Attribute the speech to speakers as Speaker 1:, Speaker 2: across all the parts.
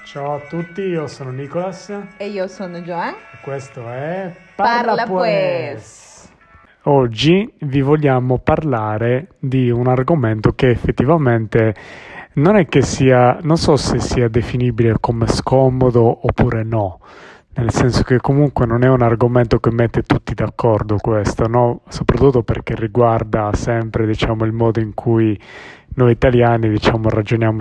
Speaker 1: Ciao a tutti, io sono Nicolas e
Speaker 2: E io sono Joan.
Speaker 1: questo è
Speaker 2: Parla Pues.
Speaker 1: Oggi vi vogliamo parlare di un argomento che effettivamente non è che sia, non so se sia definibile come scomodo oppure no, nel senso che comunque non è un argomento che mette tutti d'accordo questo, no? Soprattutto perché riguarda sempre, diciamo, il modo in cui noi italiani, diciamo, ragioniamo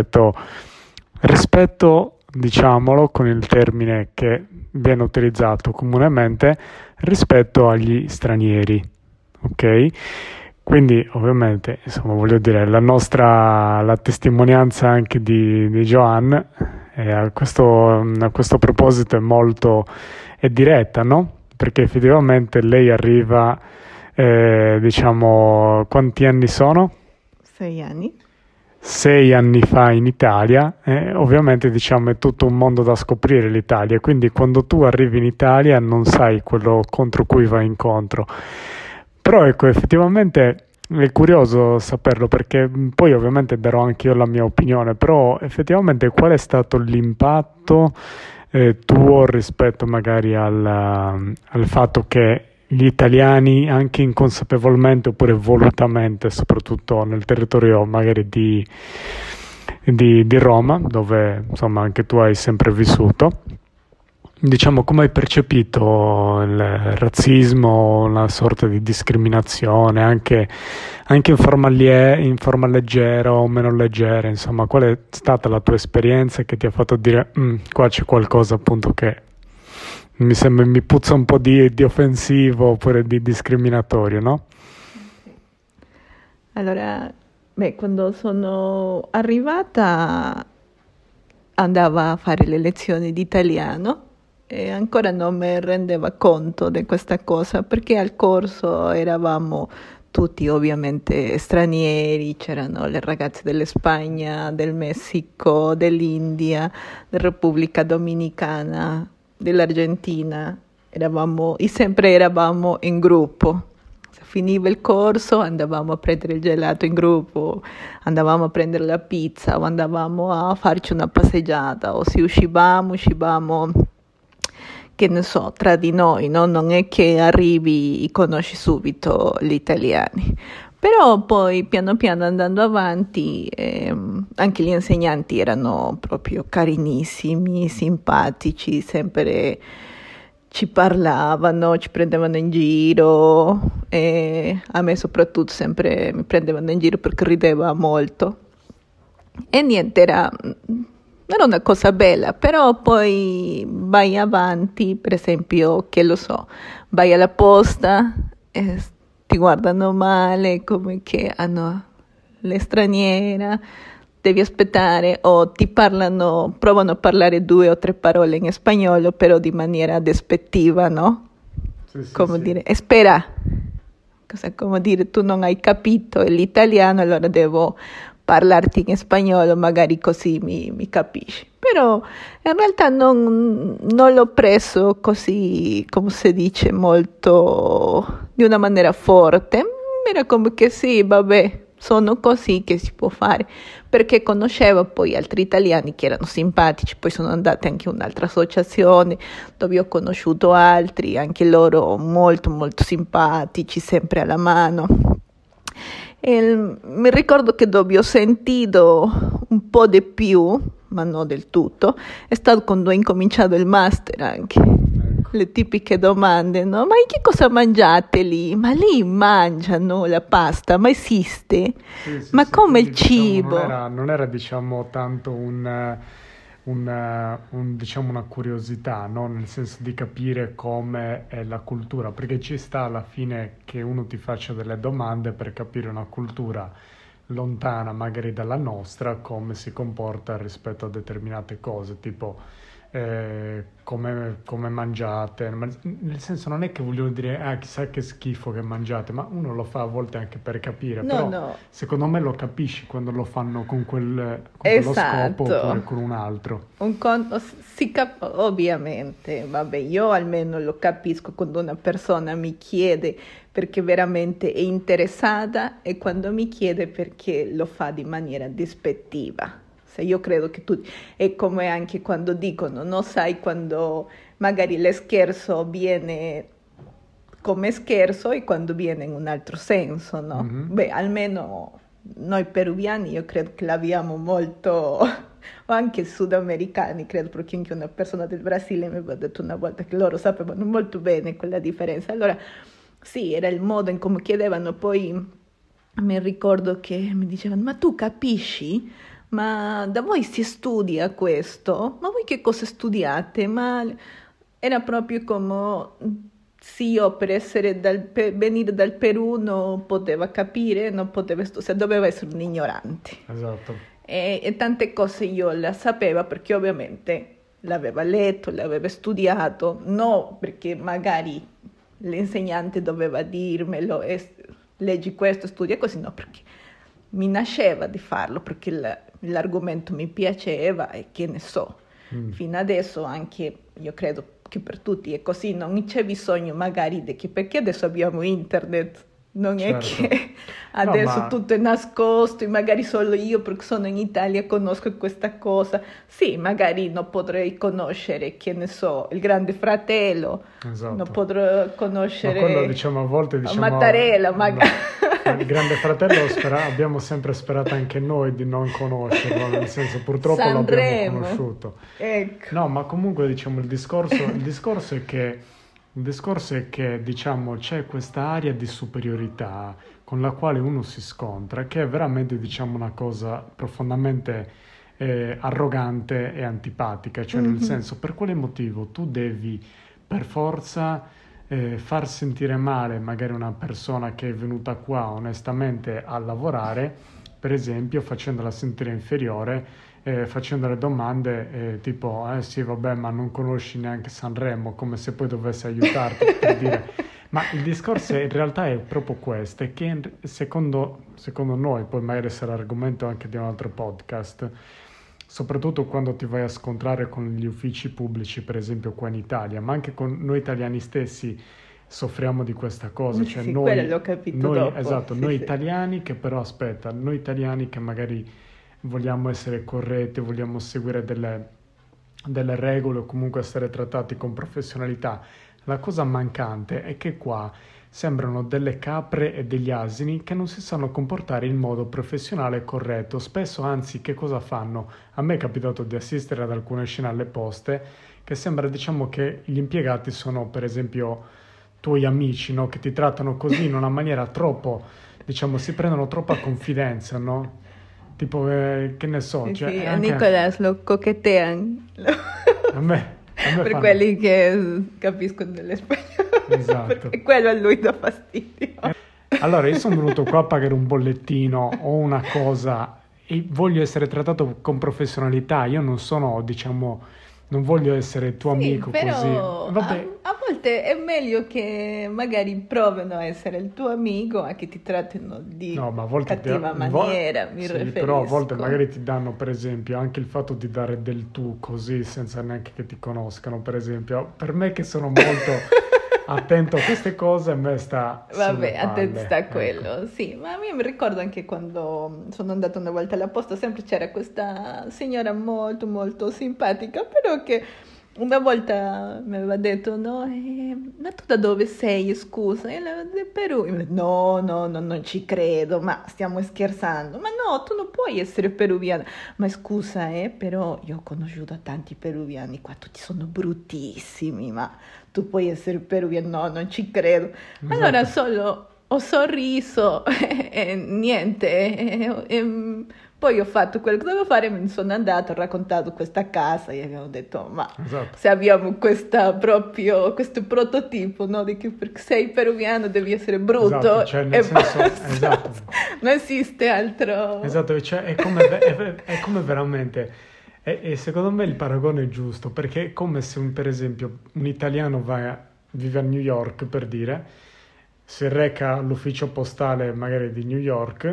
Speaker 1: rispetto, diciamolo, con il termine che viene utilizzato comunemente, rispetto agli stranieri, ok? Quindi ovviamente, insomma, voglio dire, la testimonianza anche di Joan a questo proposito è diretta, no? Perché effettivamente lei arriva, diciamo, quanti anni sono?
Speaker 2: 6 anni.
Speaker 1: 6 anni fa in Italia, ovviamente diciamo è tutto un mondo da scoprire l'Italia, quindi quando tu arrivi in Italia non sai quello contro cui vai incontro. Però ecco, effettivamente è curioso saperlo perché poi ovviamente darò anche io la mia opinione, però effettivamente qual è stato l'impatto tuo rispetto magari al fatto che gli italiani, anche inconsapevolmente oppure volutamente, soprattutto nel territorio magari di Roma, dove insomma anche tu hai sempre vissuto, diciamo come hai percepito il razzismo, una sorta di discriminazione, anche in forma leggera o meno leggera, insomma, qual è stata la tua esperienza che ti ha fatto dire qua c'è qualcosa appunto che mi puzza un po' di offensivo oppure di discriminatorio, no?
Speaker 2: Allora, quando sono arrivata andavo a fare le lezioni di italiano e ancora non mi rendevo conto di questa cosa perché al corso eravamo tutti ovviamente stranieri, c'erano le ragazze dell'Espagna, del Messico, dell'India, della Repubblica Dominicana, dell'Argentina, e sempre eravamo in gruppo. Se finiva il corso andavamo a prendere il gelato in gruppo, andavamo a prendere la pizza o andavamo a farci una passeggiata o se uscivamo, che ne so, tra di noi, no? Non è che arrivi e conosci subito gli italiani. Però poi piano piano andando avanti anche gli insegnanti erano proprio carinissimi, simpatici, sempre ci parlavano, ci prendevano in giro e a me soprattutto sempre mi prendevano in giro perché rideva molto. E niente, era una cosa bella, però poi vai avanti, per esempio, che lo so, vai alla posta e ti guardano male, come che hanno le straniera, devi aspettare o ti provano a parlare 2 o 3 parole in spagnolo, però di maniera despettiva, no?
Speaker 1: Sì,
Speaker 2: Come
Speaker 1: sì.
Speaker 2: dire, spera, come dire, tu non hai capito l'italiano, allora devo parlarti in spagnolo, magari così mi capisci. Però in realtà non l'ho preso così, come si dice, molto di una maniera forte. Era come che sì, vabbè, sono così che si può fare, perché conoscevo poi altri italiani che erano simpatici, poi sono andata anche in un'altra associazione dove ho conosciuto altri, anche loro molto molto simpatici, sempre alla mano. Mi ricordo che dove ho sentito un po' di più, ma non del tutto, è stato quando ho incominciato il master anche. Le tipiche domande, no? Ma che cosa mangiate lì? Ma lì mangiano la pasta, ma esiste?
Speaker 1: Sì,
Speaker 2: Ma
Speaker 1: sì,
Speaker 2: come
Speaker 1: quindi
Speaker 2: il
Speaker 1: diciamo
Speaker 2: cibo?
Speaker 1: non era diciamo tanto diciamo una curiosità, no? Nel senso di capire come è la cultura, perché ci sta alla fine che uno ti faccia delle domande per capire una cultura lontana magari dalla nostra, come si comporta rispetto a determinate cose, tipo come mangiate, nel senso non è che vogliono dire chissà che schifo che mangiate, ma uno lo fa a volte anche per capire,
Speaker 2: No,
Speaker 1: però
Speaker 2: no,
Speaker 1: secondo me lo capisci quando lo fanno con quello scopo oppure
Speaker 2: esatto.
Speaker 1: con un altro.
Speaker 2: Un conto ovviamente, vabbè, io almeno lo capisco quando una persona mi chiede perché veramente è interessata e quando mi chiede perché lo fa di maniera dispettiva. differenza. Io credo che tutti, è come anche quando dicono, no? Sai, quando magari lo scherzo viene come scherzo e quando viene in un altro senso, no?
Speaker 1: Mhm.
Speaker 2: Beh, almeno noi peruviani io credo che l'abbiamo molto, o anche i sudamericani, credo, perché anche una persona del Brasile mi aveva detto una volta che loro sapevano molto bene quella differenza. Allora, sì, era il modo in come chiedevano, poi mi ricordo che mi dicevano, ma tu capisci? Ma da voi si studia questo? Ma voi che cosa studiate? Ma era proprio come, sì, io per venire dal Perù non poteva capire, non poteva studiare, doveva essere un ignorante.
Speaker 1: Esatto.
Speaker 2: E tante cose io le sapevo perché ovviamente l'aveva letto, l'aveva studiato, non perché magari l'insegnante doveva dirmelo, leggi questo, studia così, no, perché mi nasceva di farlo, perché l'argomento mi piaceva e che ne so. Fino adesso anche, io credo che per tutti è così, non c'è bisogno magari di che, perché adesso abbiamo internet, non è
Speaker 1: Certo.
Speaker 2: che adesso
Speaker 1: ma-
Speaker 2: tutto è nascosto e magari solo io perché sono in Italia conosco questa cosa. Sì, magari non potrei conoscere, che ne so, il Grande Fratello,
Speaker 1: Esatto.
Speaker 2: non potrò
Speaker 1: Ma
Speaker 2: conoscere
Speaker 1: quello diciamo a volte
Speaker 2: Mattarella, magari.
Speaker 1: Il Grande Fratello abbiamo sempre sperato anche noi di non conoscerlo, nel senso purtroppo l'abbiamo
Speaker 2: Sanremo.
Speaker 1: conosciuto.
Speaker 2: Ecco.
Speaker 1: No, ma comunque diciamo il discorso è che diciamo c'è questa area di superiorità con la quale uno si scontra, che è veramente diciamo una cosa profondamente arrogante e antipatica, cioè nel senso, per quale motivo tu devi per forza far sentire male magari una persona che è venuta qua onestamente a lavorare, per esempio facendola sentire inferiore, facendo le domande tipo sì vabbè ma non conosci neanche Sanremo, come se poi dovesse aiutarti per dire. Ma il discorso in realtà è proprio questo, è che secondo noi, poi magari sarà argomento anche di un altro podcast, soprattutto quando ti vai a scontrare con gli uffici pubblici, per esempio qua in Italia, ma anche con noi italiani stessi soffriamo di questa cosa,
Speaker 2: Sì,
Speaker 1: cioè
Speaker 2: sì,
Speaker 1: noi,
Speaker 2: quello l'ho capito dopo.
Speaker 1: esatto,
Speaker 2: Sì,
Speaker 1: noi
Speaker 2: sì.
Speaker 1: italiani che però aspetta, noi italiani che magari vogliamo essere corretti, vogliamo seguire delle regole o comunque essere trattati con professionalità. La cosa mancante è che qua sembrano delle capre e degli asini che non si sanno comportare in modo professionale e corretto. Spesso, anzi, che cosa fanno? A me è capitato di assistere ad alcune scene alle poste che sembra, diciamo, che gli impiegati sono, per esempio, tuoi amici, no? Che ti trattano così in una maniera troppo, diciamo, si prendono troppa confidenza, no? Tipo, che ne so,
Speaker 2: Sì,
Speaker 1: cioè,
Speaker 2: sì, a
Speaker 1: anche
Speaker 2: Nicolas lo coquetteano.
Speaker 1: a me
Speaker 2: Per
Speaker 1: fanno-
Speaker 2: quelli che capiscono dell'espagnolo.
Speaker 1: Esatto.
Speaker 2: Perché quello a lui dà fastidio.
Speaker 1: Allora, io sono venuto qua a pagare un bollettino o una cosa e voglio essere trattato con professionalità. Io non sono, diciamo, non voglio essere tuo
Speaker 2: Sì,
Speaker 1: amico
Speaker 2: però
Speaker 1: così. Vabbè,
Speaker 2: a volte è meglio che magari provino a essere il tuo amico a che ti trattino di
Speaker 1: no, ma a volte
Speaker 2: cattiva maniera, mi
Speaker 1: sì,
Speaker 2: riferisco.
Speaker 1: però a volte magari ti danno, per esempio, anche il fatto di dare del tu così senza neanche che ti conoscano, per esempio. Per me che sono molto attento a queste cose, a me sta sulle
Speaker 2: Vabbè, a te
Speaker 1: palle,
Speaker 2: sta
Speaker 1: ecco.
Speaker 2: quello, sì, ma io mi ricordo anche quando sono andata una volta alla posta, sempre c'era questa signora molto molto simpatica, però che una volta mi aveva detto, no, ma tu da dove sei, scusa? E lei del Perù. E mi ha detto, no, no, no, non ci credo, ma stiamo scherzando. Ma no, tu non puoi essere peruviana. Ma scusa, però io ho conosciuto tanti peruviani qua, tutti sono bruttissimi, ma tu puoi essere peruviano? No, non ci credo. Allora
Speaker 1: Esatto.
Speaker 2: solo ho sorriso e niente, poi ho fatto quello che dovevo fare, me ne sono andata, ho raccontato questa casa e abbiamo detto, ma
Speaker 1: Esatto.
Speaker 2: se abbiamo questo prototipo, no, di che perché sei peruviano devi essere brutto
Speaker 1: Esatto, cioè nel
Speaker 2: e
Speaker 1: senso,
Speaker 2: basta.
Speaker 1: esatto.
Speaker 2: Non esiste altro.
Speaker 1: Esatto, cioè è come veramente, e secondo me il paragone è giusto, perché è come se per esempio un italiano vive a New York, per dire, si reca all'ufficio postale magari di New York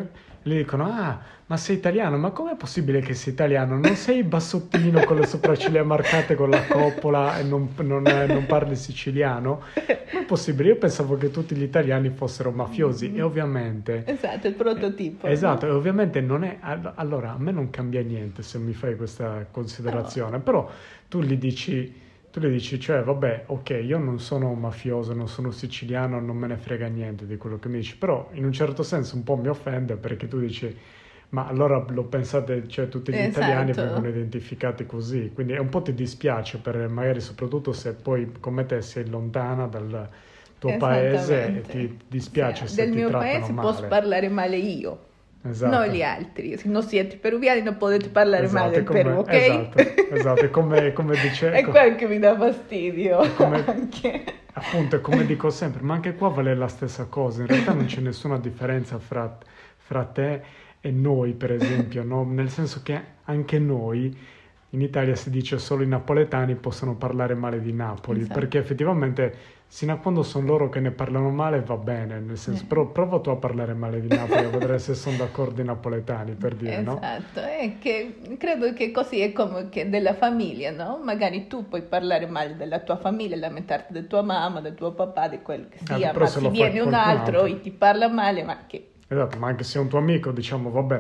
Speaker 1: gli dicono, ma sei italiano? Ma com'è possibile che sei italiano? Non sei bassottino con le sopracciglia marcate con la coppola e non parli siciliano? Com'è possibile? Io pensavo che tutti gli italiani fossero mafiosi e ovviamente...
Speaker 2: Esatto, il prototipo.
Speaker 1: Esatto,
Speaker 2: no?
Speaker 1: e ovviamente non è... Allora, a me non cambia niente se mi fai questa considerazione, però tu gli dici... cioè, vabbè, ok, io non sono un mafioso, non sono siciliano, non me ne frega niente di quello che mi dici, però in un certo senso un po' mi offende perché tu dici, ma allora lo pensate, cioè tutti gli italiani vengono identificati così, quindi un po' ti dispiace, magari soprattutto se poi come te sei lontana dal tuo paese e ti dispiace se ti trattano male.
Speaker 2: Del mio paese posso parlare male io.
Speaker 1: Esatto.
Speaker 2: Non gli altri, se non siete peruviani non potete parlare male del Perù, ok?
Speaker 1: Esatto, come dicevo.
Speaker 2: È quello che mi dà fastidio.
Speaker 1: Appunto, è come dico sempre, ma anche qua vale la stessa cosa, in realtà non c'è nessuna differenza fra te e noi, per esempio, no? Nel senso che anche noi, in Italia si dice solo i napoletani possono parlare male di Napoli, perché effettivamente sino a quando sono loro che ne parlano male va bene, nel senso, però prova tu a parlare male di Napoli a vedere se sono d'accordo i napoletani, per dire, no?
Speaker 2: Esatto, è che credo che così è come che della famiglia, no? Magari tu puoi parlare male della tua famiglia, lamentarti di tua mamma, del tuo papà, di quello che sia, ma se viene un altro e ti parla male, ma che...
Speaker 1: Esatto, ma anche se è un tuo amico, diciamo, vabbè,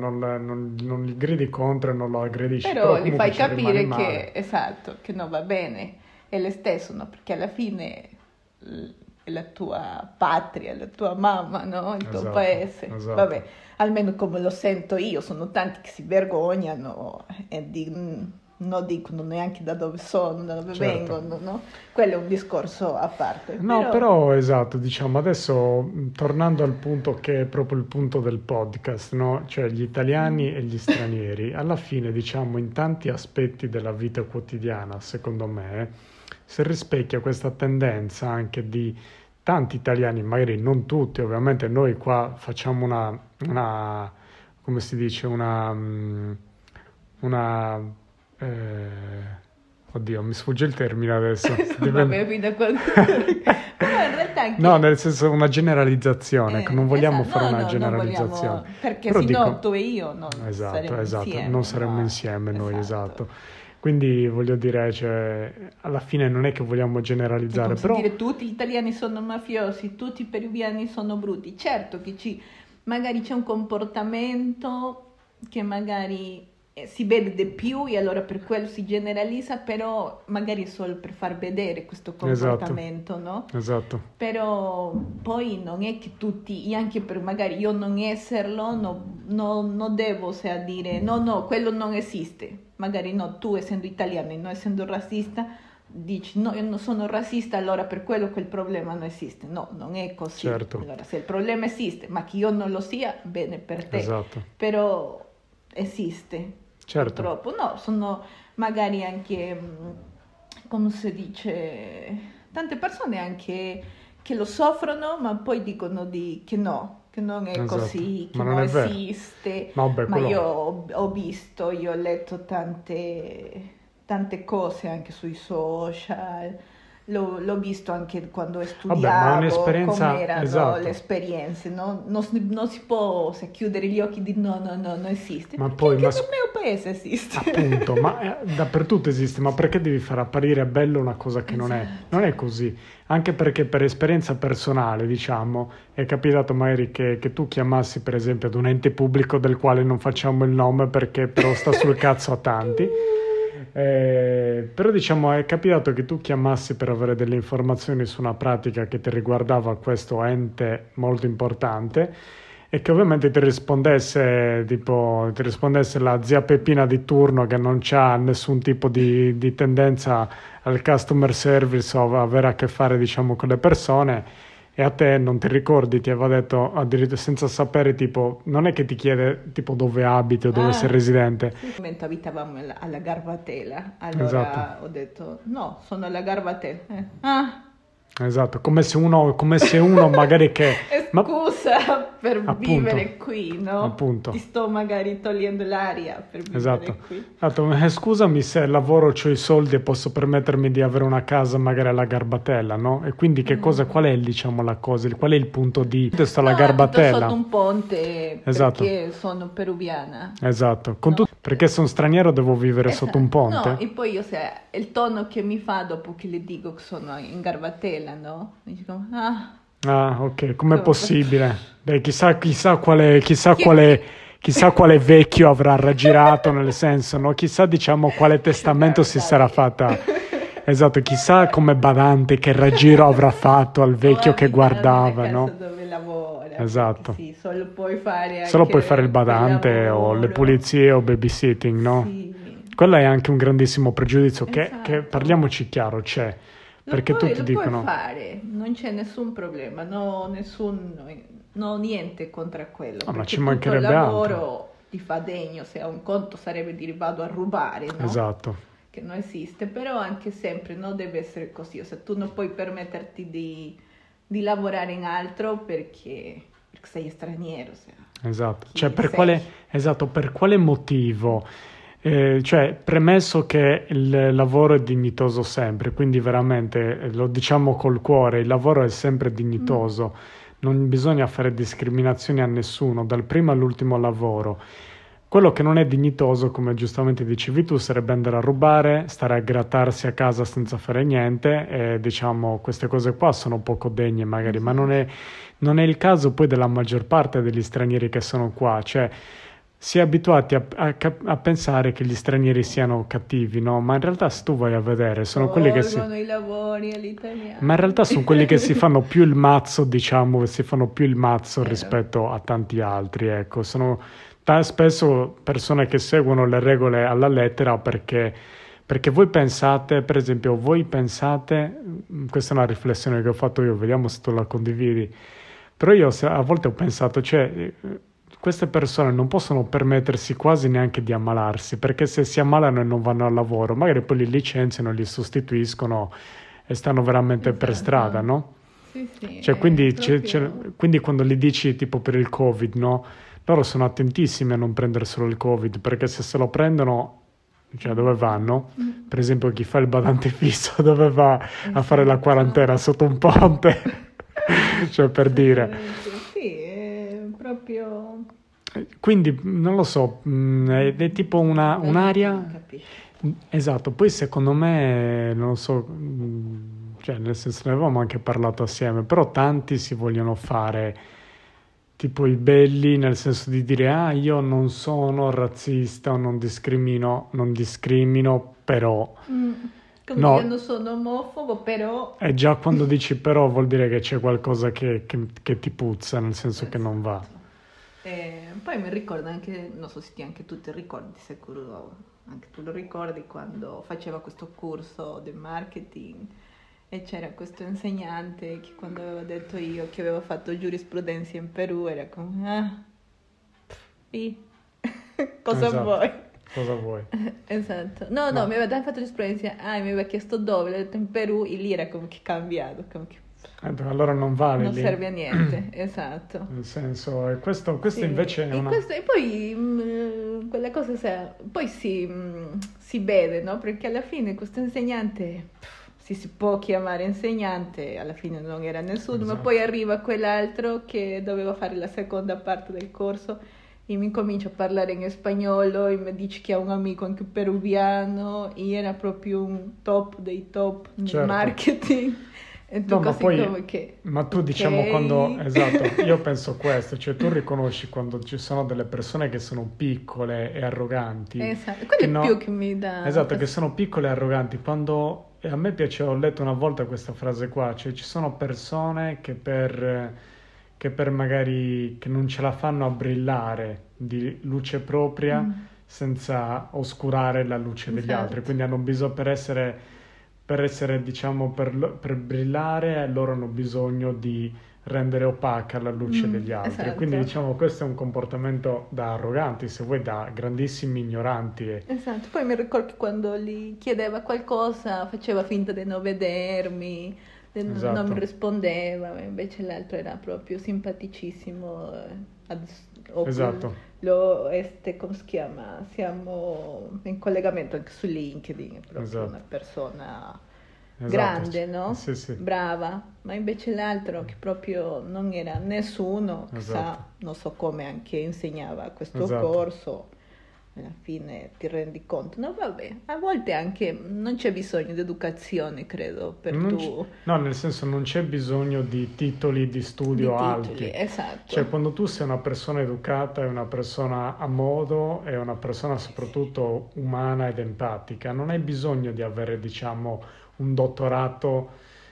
Speaker 1: non gli gridi contro e non lo aggredisci.
Speaker 2: Però gli fai capire che, esatto, che non va bene, è lo stesso, no? Perché alla fine è la tua patria, la tua mamma, no? Il tuo paese.
Speaker 1: Esatto.
Speaker 2: Vabbè, almeno come lo sento io, sono tanti che si vergognano e non dicono neanche da dove sono, da dove vengono, no? Quello è un discorso a parte.
Speaker 1: No, però esatto, diciamo, adesso tornando al punto che è proprio il punto del podcast, no? Cioè gli italiani e gli stranieri, alla fine, diciamo, in tanti aspetti della vita quotidiana, secondo me, si rispecchia questa tendenza anche di tanti italiani, magari non tutti, ovviamente noi qua facciamo una come si dice, oddio, mi sfugge il termine adesso. No, nel senso una generalizzazione, che non vogliamo fare una generalizzazione.
Speaker 2: Perché sennò tu e io non saremmo insieme.
Speaker 1: Non saremmo insieme noi, esatto. Quindi voglio dire, cioè, alla fine non è che vogliamo generalizzare, però...
Speaker 2: dire tutti gli italiani sono mafiosi, tutti i peruviani sono brutti. Certo che magari c'è un comportamento che magari si vede di più e allora per quello si generalizza, però magari è solo per far vedere questo comportamento, no?
Speaker 1: Esatto.
Speaker 2: Però poi non è che tutti, anche per magari io non esserlo, non devo dire no, quello non esiste. Magari no, tu essendo italiano e non essendo razzista, dici no, io non sono razzista, allora per quello quel problema non esiste. No, non è così.
Speaker 1: Certo.
Speaker 2: Allora se il problema esiste, ma che io non lo sia, bene per te.
Speaker 1: Esatto.
Speaker 2: Però esiste.
Speaker 1: Certo.
Speaker 2: Purtroppo no, sono magari anche, come si dice, tante persone anche che lo soffrono, ma poi dicono che non è così, che non esiste. Ma io ho visto, io ho letto tante cose anche sui social. L'ho visto anche quando studiavo, come erano le esperienze, no? Non si può chiudere gli occhi di no, non esiste, ma poi anche nel mio paese esiste.
Speaker 1: Appunto, ma dappertutto esiste, ma perché devi far apparire bello una cosa che non è così? Anche perché per esperienza personale, diciamo, è capitato magari che tu chiamassi per esempio ad un ente pubblico del quale non facciamo il nome perché però sta sul cazzo a tanti. Però diciamo è capitato che tu chiamassi per avere delle informazioni su una pratica che ti riguardava questo ente molto importante e che ovviamente ti rispondesse la zia Peppina di turno che non c'ha nessun tipo di tendenza al customer service o avere a che fare, diciamo, con le persone, e a te non ti ricordi, ti aveva detto addirittura senza sapere, tipo, non è che ti chiede tipo dove abiti o dove sei residente.
Speaker 2: In quel momento abitavamo alla Garbatella, allora ho detto no, sono alla Garbatella.
Speaker 1: Esatto, come se uno magari che...
Speaker 2: Scusa per
Speaker 1: appunto,
Speaker 2: vivere qui, no?
Speaker 1: appunto.
Speaker 2: Ti sto magari togliendo l'aria per vivere
Speaker 1: Esatto.
Speaker 2: qui.
Speaker 1: Esatto. Scusami se lavoro, c'ho i soldi e posso permettermi di avere una casa magari alla Garbatella, no? E quindi qual è, diciamo, la cosa? Qual è il punto di... Sto alla Garbatella.
Speaker 2: Sotto un ponte
Speaker 1: Esatto.
Speaker 2: perché sono peruviana.
Speaker 1: Esatto.
Speaker 2: No.
Speaker 1: Perché sono straniero devo vivere sotto un ponte?
Speaker 2: No, e poi io se il tono che mi fa dopo che le dico che sono in Garbatella, no? Mi dico,
Speaker 1: Ah, ok, com'è possibile? Beh, chissà quale vecchio avrà raggirato, nel senso, no? Chissà, diciamo, quale testamento si sarà fatta. Esatto, chissà come badante che raggiro avrà fatto al vecchio che guardava, no?
Speaker 2: Dove lavora.
Speaker 1: Esatto.
Speaker 2: Sì, solo puoi fare
Speaker 1: il badante o le pulizie o babysitting, no?
Speaker 2: Sì.
Speaker 1: Quello è anche un grandissimo pregiudizio che
Speaker 2: Esatto.
Speaker 1: parliamoci chiaro, c'è. Perché tutti dicono...
Speaker 2: Lo puoi fare, non c'è nessun problema, no niente contro quello.
Speaker 1: No, ma
Speaker 2: perché
Speaker 1: ci
Speaker 2: tutto il
Speaker 1: mancherebbe
Speaker 2: lavoro
Speaker 1: altro.
Speaker 2: ti fa degno, se a un conto sarebbe dire vado a rubare, no?
Speaker 1: Esatto.
Speaker 2: Che non esiste, però anche sempre non deve essere così, o se tu non puoi permetterti di lavorare in altro perché sei straniero.
Speaker 1: Esatto,
Speaker 2: Chi
Speaker 1: cioè per
Speaker 2: sei?
Speaker 1: quale motivo? Cioè, premesso che il lavoro è dignitoso sempre, quindi veramente lo diciamo col cuore, il lavoro è sempre dignitoso, non bisogna fare discriminazioni a nessuno, dal primo all'ultimo lavoro. Quello che non è dignitoso, come giustamente dicevi tu, sarebbe andare a rubare, stare a grattarsi a casa senza fare niente, e diciamo queste cose qua sono poco degne magari, ma non è il caso poi della maggior parte degli stranieri che sono qua, cioè si è abituati a pensare che gli stranieri siano cattivi, no? Ma in realtà se tu vai a vedere sono quelli che
Speaker 2: i lavori all'italiano.
Speaker 1: ma in realtà sono quelli che si fanno più il mazzo, diciamo, rispetto a tanti altri, ecco, sono spesso persone che seguono le regole alla lettera perché voi pensate, per esempio, questa è una riflessione che ho fatto io, vediamo se tu la condividi, però io a volte ho pensato, cioè, queste persone non possono permettersi quasi neanche di ammalarsi, perché se si ammalano e non vanno al lavoro, magari poi li licenziano, li sostituiscono e stanno veramente per strada, no?
Speaker 2: Sì,
Speaker 1: cioè, quindi quando gli dici tipo per il Covid, no? Loro sono attentissimi a non prenderselo il Covid, perché se lo prendono, cioè dove vanno? Per esempio chi fa il badante fisso dove va a fare la quarantena sotto un ponte? Cioè per dire.
Speaker 2: Sì, è proprio...
Speaker 1: Quindi non lo so, è tipo un'area... Esatto, poi secondo me, non lo so, cioè nel senso ne avevamo anche parlato assieme, però tanti si vogliono fare tipo i belli, nel senso di dire io non sono razzista o non discrimino, però...
Speaker 2: Come io non sono omofobo, però...
Speaker 1: E già quando dici però vuol dire che c'è qualcosa che ti puzza, nel senso che non va.
Speaker 2: Poi mi ricordo anche, non so se anche tu ti ricordi, sicuro anche tu lo ricordi, quando faceva questo corso di marketing e c'era questo insegnante che quando aveva detto io che avevo fatto giurisprudenza in Perù era come cosa
Speaker 1: Esatto.
Speaker 2: vuoi?
Speaker 1: Cosa vuoi?
Speaker 2: Esatto. No, mi aveva fatto l'esperienza, mi aveva chiesto dove, l'ho detto in Perù e lì era come che cambiato, come che...
Speaker 1: allora non vale
Speaker 2: non
Speaker 1: lì.
Speaker 2: serve a niente, esatto.
Speaker 1: Nel senso, questo
Speaker 2: Sì.
Speaker 1: invece è una...
Speaker 2: E poi quella cosa poi si vede, no? Perché alla fine questo insegnante, si può chiamare insegnante, alla fine non era nessuno,
Speaker 1: Esatto.
Speaker 2: ma poi arriva quell'altro che doveva fare la seconda parte del corso e mi comincia a parlare in spagnolo e mi dice che ha un amico anche peruviano e era proprio un top dei top nel
Speaker 1: Certo.
Speaker 2: marketing. E tu
Speaker 1: No, ma tu diciamo quando, esatto, io penso questo, cioè tu riconosci quando ci sono delle persone che sono piccole e arroganti.
Speaker 2: Esatto, quello è più che mi dà...
Speaker 1: Esatto, che sono piccole e arroganti, quando, e a me piaceva, ho letto una volta questa frase qua, cioè ci sono persone che per magari, che non ce la fanno a brillare di luce propria senza oscurare la luce degli altri, quindi hanno bisogno per essere diciamo per brillare loro hanno bisogno di rendere opaca la luce degli altri,
Speaker 2: esatto.
Speaker 1: Quindi diciamo questo è un comportamento da arroganti, se vuoi da grandissimi ignoranti.
Speaker 2: Esatto, poi mi ricordo che quando gli chiedeva qualcosa faceva finta di non vedermi, non mi
Speaker 1: esatto,
Speaker 2: rispondeva, invece l'altro era proprio simpaticissimo.
Speaker 1: esatto,
Speaker 2: Come si chiama? Siamo in collegamento anche su LinkedIn, è proprio una
Speaker 1: esatto,
Speaker 2: persona
Speaker 1: esatto,
Speaker 2: grande, no?
Speaker 1: sì, sì,
Speaker 2: Brava, ma invece l'altro che proprio non era nessuno, chissà,
Speaker 1: esatto,
Speaker 2: non so come anche insegnava questo
Speaker 1: esatto.
Speaker 2: corso, alla fine ti rendi conto. No, vabbè, a volte anche non c'è bisogno di educazione, credo, per
Speaker 1: Non c-
Speaker 2: tu
Speaker 1: no, nel senso non c'è bisogno di titoli di
Speaker 2: di
Speaker 1: studio
Speaker 2: titoli,
Speaker 1: alti. Cioè,
Speaker 2: esatto.
Speaker 1: quando tu sei una persona educata, è una persona a modo, è una persona
Speaker 2: Sì, sì,
Speaker 1: soprattutto umana ed empatica, non hai bisogno di avere, diciamo, un dottorato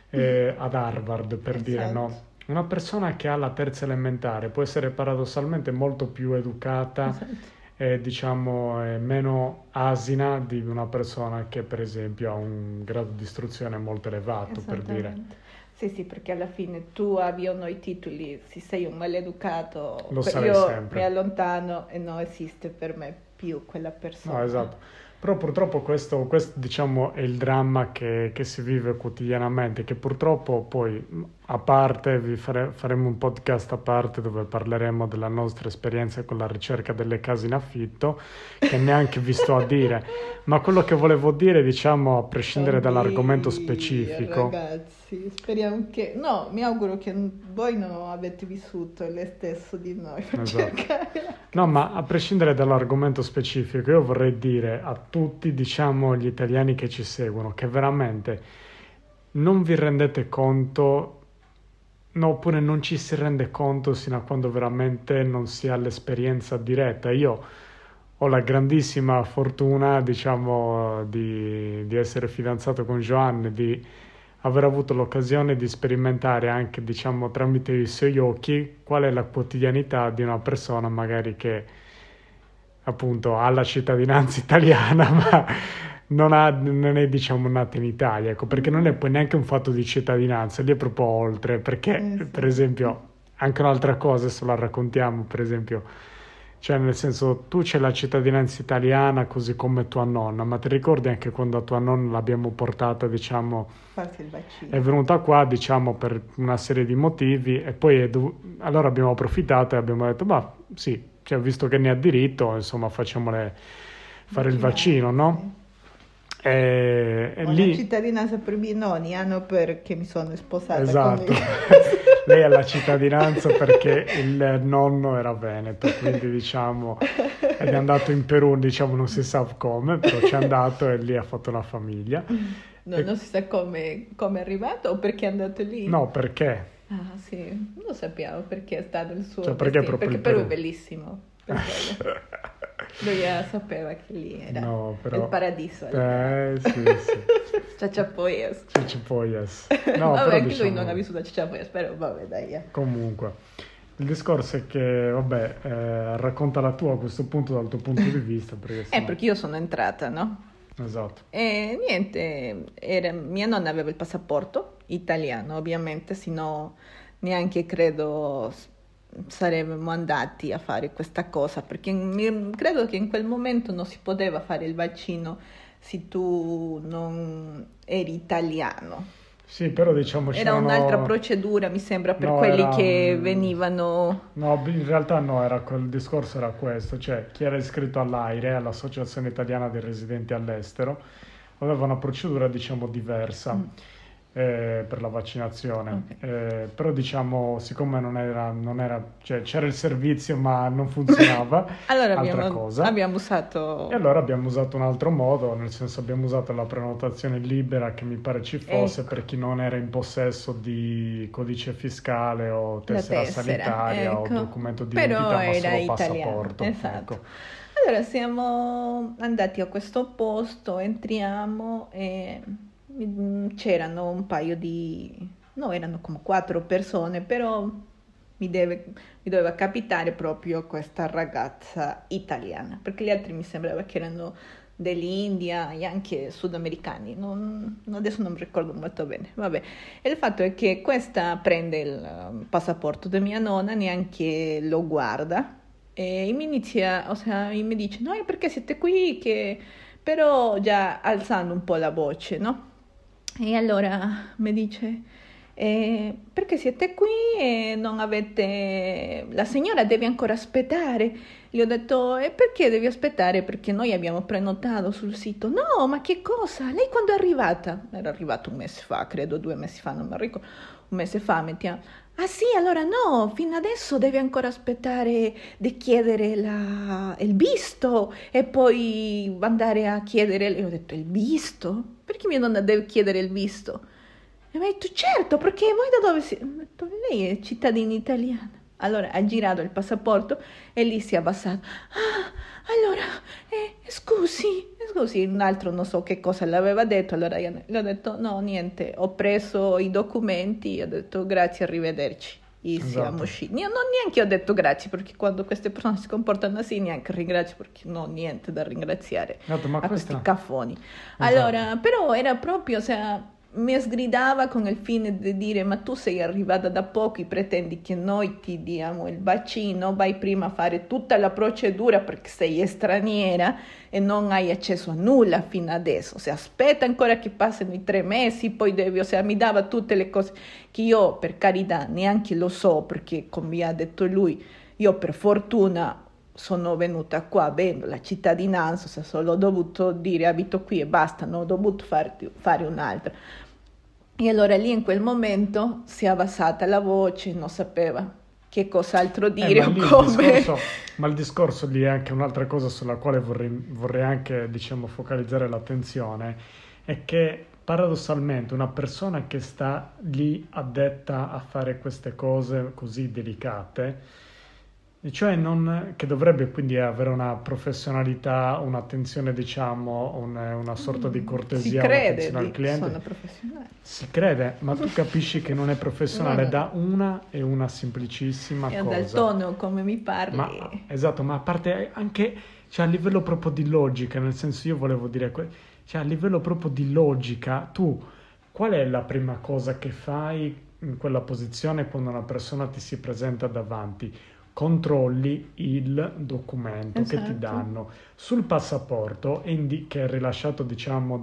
Speaker 1: ad Harvard, per dire,
Speaker 2: esatto,
Speaker 1: no? Una persona che ha la terza elementare può essere paradossalmente molto più educata
Speaker 2: esatto.
Speaker 1: e, diciamo, meno asina di una persona che, per esempio, ha un grado di istruzione molto elevato, per dire.
Speaker 2: Esattamente. Sì, sì, perché alla fine tu abbia o no i titoli, se sei un maleducato,
Speaker 1: Lo sarei
Speaker 2: io mi
Speaker 1: sempre.
Speaker 2: allontano e non esiste per me più quella
Speaker 1: No,
Speaker 2: persona.
Speaker 1: esatto. Però purtroppo questo, diciamo, è il dramma che si vive quotidianamente, che purtroppo poi, a parte, faremo un podcast a parte dove parleremo della nostra esperienza con la ricerca delle case in affitto, che neanche vi sto a dire. Ma quello che volevo dire, diciamo, a prescindere dall'argomento
Speaker 2: Oddio,
Speaker 1: specifico,
Speaker 2: ragazzi, speriamo che... No, mi auguro che voi non avete vissuto lo stesso di noi per
Speaker 1: esatto.
Speaker 2: cercare la
Speaker 1: No, ma
Speaker 2: casa.
Speaker 1: a prescindere dall'argomento specifico, io vorrei dire a tutti, diciamo, gli italiani che ci seguono, che veramente non vi rendete conto, no, oppure non ci si rende conto sino a quando veramente non si ha l'esperienza diretta. Io ho la grandissima fortuna, diciamo, di essere fidanzato con Joanne, di aver avuto l'occasione di sperimentare anche, diciamo, tramite i suoi occhi qual è la quotidianità di una persona magari che appunto ha la cittadinanza italiana, ma non è, diciamo, nata in Italia, ecco, perché non è
Speaker 2: Mm,
Speaker 1: poi neanche un fatto di cittadinanza, lì è proprio oltre, perché per
Speaker 2: esatto.
Speaker 1: esempio anche un'altra cosa, se la raccontiamo, per esempio, cioè nel senso tu c'è la cittadinanza italiana così come tua nonna, ma ti ricordi anche quando a tua nonna l'abbiamo portata, diciamo,
Speaker 2: Farsi il
Speaker 1: è
Speaker 2: vaccino.
Speaker 1: venuta qua, diciamo, per una serie di motivi e poi allora abbiamo approfittato e abbiamo detto, ma sì, cioè, visto che ne ha diritto, insomma, facciamole fare il vaccino,
Speaker 2: Vaccinare,
Speaker 1: no?
Speaker 2: sì.
Speaker 1: E
Speaker 2: Ho la
Speaker 1: lì,
Speaker 2: cittadinanza per i miei nonni, hanno perché mi sono sposata con
Speaker 1: esatto,
Speaker 2: lui.
Speaker 1: lei ha la cittadinanza perché il nonno era veneto, quindi diciamo, ed è andato in Perù, diciamo, non si sa come, però c'è andato e lì ha fatto una famiglia.
Speaker 2: No,
Speaker 1: E,
Speaker 2: non si sa come è arrivato o perché è andato lì.
Speaker 1: no, perché?
Speaker 2: Ah, sì, non lo sappiamo perché è stato il suo
Speaker 1: Cioè, perché
Speaker 2: destino,
Speaker 1: proprio
Speaker 2: perché
Speaker 1: il
Speaker 2: Perù è
Speaker 1: Perù?
Speaker 2: bellissimo, per quello. Lui sapeva che lì era
Speaker 1: No,
Speaker 2: il
Speaker 1: però...
Speaker 2: paradiso allora.
Speaker 1: Sì, sì.
Speaker 2: Chachapoyas.
Speaker 1: Ciccipoias. No,
Speaker 2: Vabbè,
Speaker 1: però
Speaker 2: anche lui non ha
Speaker 1: diciamo,
Speaker 2: vissuto a Chachapoyas, però vabbè, dai.
Speaker 1: comunque, il discorso è che, vabbè, racconta la tua a questo punto dal tuo punto di vista, perché sennò...
Speaker 2: Perché io sono entrata, no?
Speaker 1: Esatto.
Speaker 2: E niente, mia nonna aveva il passaporto italiano, ovviamente, se no neanche credo saremmo andati a fare questa cosa, perché credo che in quel momento non si poteva fare il vaccino se tu non eri italiano.
Speaker 1: Sì, però diciamo
Speaker 2: Era un'altra
Speaker 1: c'erano...
Speaker 2: procedura, mi sembra, per
Speaker 1: No,
Speaker 2: quelli
Speaker 1: era...
Speaker 2: che venivano...
Speaker 1: no, in realtà no, era il discorso era questo, cioè chi era iscritto all'AIRE, all'Associazione Italiana dei Residenti all'Estero, aveva una procedura, diciamo, diversa
Speaker 2: Mm,
Speaker 1: per la vaccinazione.
Speaker 2: ok.
Speaker 1: Però diciamo, siccome cioè c'era il servizio ma non funzionava,
Speaker 2: Allora
Speaker 1: altra
Speaker 2: abbiamo,
Speaker 1: cosa.
Speaker 2: abbiamo
Speaker 1: E
Speaker 2: usato...
Speaker 1: allora abbiamo usato un altro modo, nel senso abbiamo usato la prenotazione libera che mi pare ci fosse
Speaker 2: Ecco.
Speaker 1: per chi non era in possesso di codice fiscale o
Speaker 2: La
Speaker 1: tessera
Speaker 2: tessera,
Speaker 1: sanitaria o
Speaker 2: ecco,
Speaker 1: documento di
Speaker 2: però
Speaker 1: identità, ma
Speaker 2: era
Speaker 1: solo
Speaker 2: italiano,
Speaker 1: passaporto.
Speaker 2: esatto.
Speaker 1: Ecco.
Speaker 2: Allora siamo andati a questo posto, entriamo e c'erano un paio di... no, erano come 4 persone, però mi doveva capitare proprio questa ragazza italiana, perché gli altri mi sembrava che erano dell'India e anche sudamericani, adesso non mi ricordo molto bene, vabbè. E il fatto è che questa prende il passaporto di mia nonna, neanche lo guarda e mi inizia, o sea, mi dice, no, e perché siete qui? Che... però già alzando un po' la voce, no? E allora mi dice, Perché siete qui e non avete... La signora deve ancora aspettare. Gli ho detto, e perché devi aspettare? Perché noi abbiamo prenotato sul sito. No, ma che cosa? Lei quando è arrivata? Era arrivata un mese fa, credo 2 mesi fa, non mi ricordo. Un mese fa, mettiamo. Ah sì, allora no, fino adesso deve ancora aspettare di chiedere il visto e poi andare a chiedere... Io ho detto, il visto? Perché mia donna deve chiedere il visto? E mi ha detto, certo, perché voi da dove siete? Ho detto, lei è cittadina italiana. Allora ha girato il passaporto e lì si è abbassato. Ah, allora, scusi, un altro non so che cosa le aveva detto. Allora io le ho detto, no, niente, ho preso i documenti, ho detto grazie, arrivederci. E siamo
Speaker 1: Esatto.
Speaker 2: usciti. Io non neanche ho detto grazie, perché quando queste persone si comportano così neanche ringrazio, perché non ho niente da ringraziare
Speaker 1: Esatto, ma
Speaker 2: a questi
Speaker 1: questa...
Speaker 2: caffoni.
Speaker 1: Esatto.
Speaker 2: Allora, però era proprio, mi sgridava con il fine di dire, ma tu sei arrivata da poco e pretendi che noi ti diamo il vaccino, vai prima a fare tutta la procedura perché sei straniera e non hai accesso a nulla fino adesso. Se aspetta ancora che passino i 3 mesi, poi devi, mi dava tutte le cose che io per carità neanche lo so, perché come ha detto lui, io per fortuna sono venuta qua, avendo la cittadinanza, solo ho dovuto dire abito qui e basta, non ho dovuto fare un'altra. E allora lì in quel momento si è abbassata la voce, non sapeva che cos'altro dire o come.
Speaker 1: Ma il discorso lì è anche un'altra cosa sulla quale vorrei anche, diciamo, focalizzare l'attenzione, è che paradossalmente una persona che sta lì addetta a fare queste cose così delicate, cioè che dovrebbe quindi avere una professionalità, un'attenzione, diciamo, una sorta di
Speaker 2: Si
Speaker 1: cortesia,
Speaker 2: crede
Speaker 1: un'attenzione al cliente.
Speaker 2: sono professionale.
Speaker 1: Si crede, ma tu capisci che non è professionale
Speaker 2: No.
Speaker 1: da una semplicissima
Speaker 2: E
Speaker 1: cosa.
Speaker 2: dal tono come mi parli.
Speaker 1: Esatto, ma a parte anche, cioè, a livello proprio di logica, nel senso io volevo dire, cioè a livello proprio di logica, tu qual è la prima cosa che fai in quella posizione quando una persona ti si presenta davanti? Controlli il documento che ti
Speaker 2: Esatto.
Speaker 1: danno sul passaporto che è rilasciato, diciamo,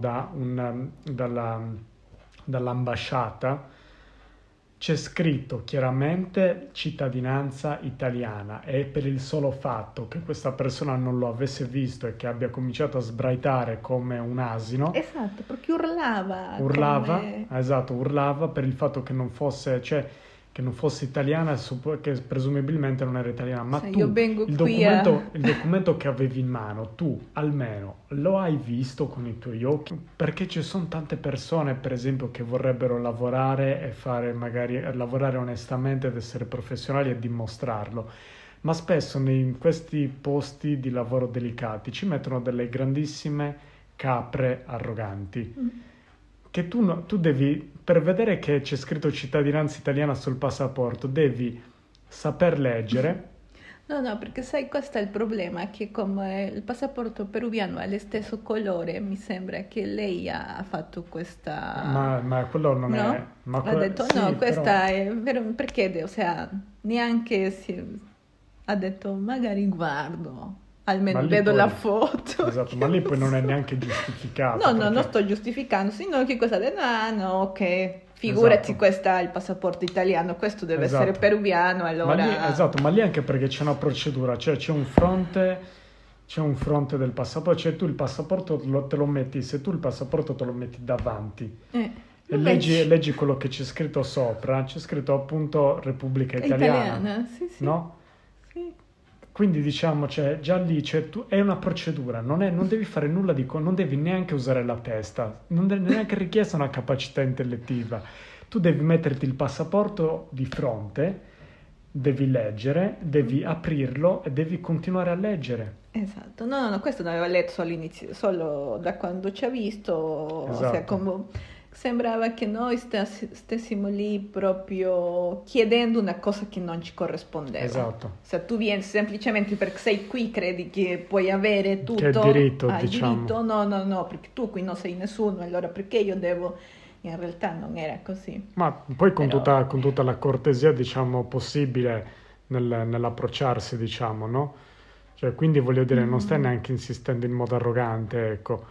Speaker 1: dall'ambasciata. C'è scritto chiaramente cittadinanza italiana, e per il solo fatto che questa persona non lo avesse visto e che abbia cominciato a sbraitare come un asino,
Speaker 2: Esatto, perché urlava.
Speaker 1: esatto, urlava per il fatto che non fosse, cioè, che non fosse italiana, che presumibilmente non era italiana, ma
Speaker 2: Se
Speaker 1: tu
Speaker 2: io vengo
Speaker 1: il
Speaker 2: qui
Speaker 1: documento che avevi in mano, tu almeno lo hai visto con i tuoi occhi? Perché ci sono tante persone, per esempio, che vorrebbero lavorare e fare magari lavorare onestamente ed essere professionali e dimostrarlo, ma spesso in questi posti di lavoro delicati ci mettono delle grandissime capre arroganti. Che tu devi, per vedere che c'è scritto cittadinanza italiana sul passaporto, devi saper leggere.
Speaker 2: No, perché sai, questo è il problema, che come il passaporto peruviano ha lo stesso colore, mi sembra che lei ha fatto questa...
Speaker 1: Ma quello non
Speaker 2: No?
Speaker 1: è... Ma
Speaker 2: Ha detto,
Speaker 1: sì,
Speaker 2: no, questa
Speaker 1: però...
Speaker 2: è vero, perché, neanche ha detto, magari guardo, almeno vedo la foto.
Speaker 1: Esatto, ma lì poi non è neanche giustificato.
Speaker 2: No, non sto giustificando, sino che cosa ha detto, no, ok, figurati,
Speaker 1: Esatto.
Speaker 2: Questo è il passaporto italiano, questo deve
Speaker 1: Esatto.
Speaker 2: essere peruviano, allora...
Speaker 1: Esatto, ma lì anche perché c'è una procedura, cioè c'è un fronte del passaporto, cioè tu il passaporto te lo metti, se tu il passaporto te lo metti davanti e leggi quello che c'è scritto sopra, c'è scritto appunto Repubblica Italiana,
Speaker 2: sì,
Speaker 1: no?
Speaker 2: Sì.
Speaker 1: Quindi diciamo, cioè, già lì è una procedura, non devi fare nulla non devi neanche usare la testa, non è neanche richiesta una capacità intellettiva. Tu devi metterti il passaporto di fronte, devi leggere, devi aprirlo e devi continuare a leggere.
Speaker 2: Esatto, no, questo non aveva letto solo all'inizio, solo da quando ci ha visto,
Speaker 1: Esatto.
Speaker 2: Sembrava che noi stessimo lì proprio chiedendo una cosa che non ci corrispondeva.
Speaker 1: Esatto.
Speaker 2: Se tu vieni semplicemente perché sei qui, credi che puoi avere tutto,
Speaker 1: che è diritto, diciamo.
Speaker 2: Diritto? No, perché tu qui non sei nessuno, allora perché io devo... In realtà non era così.
Speaker 1: Ma poi con tutta la cortesia, diciamo, possibile nell'approcciarsi, diciamo, no? Cioè, quindi voglio dire, non stai neanche insistendo in modo arrogante, ecco.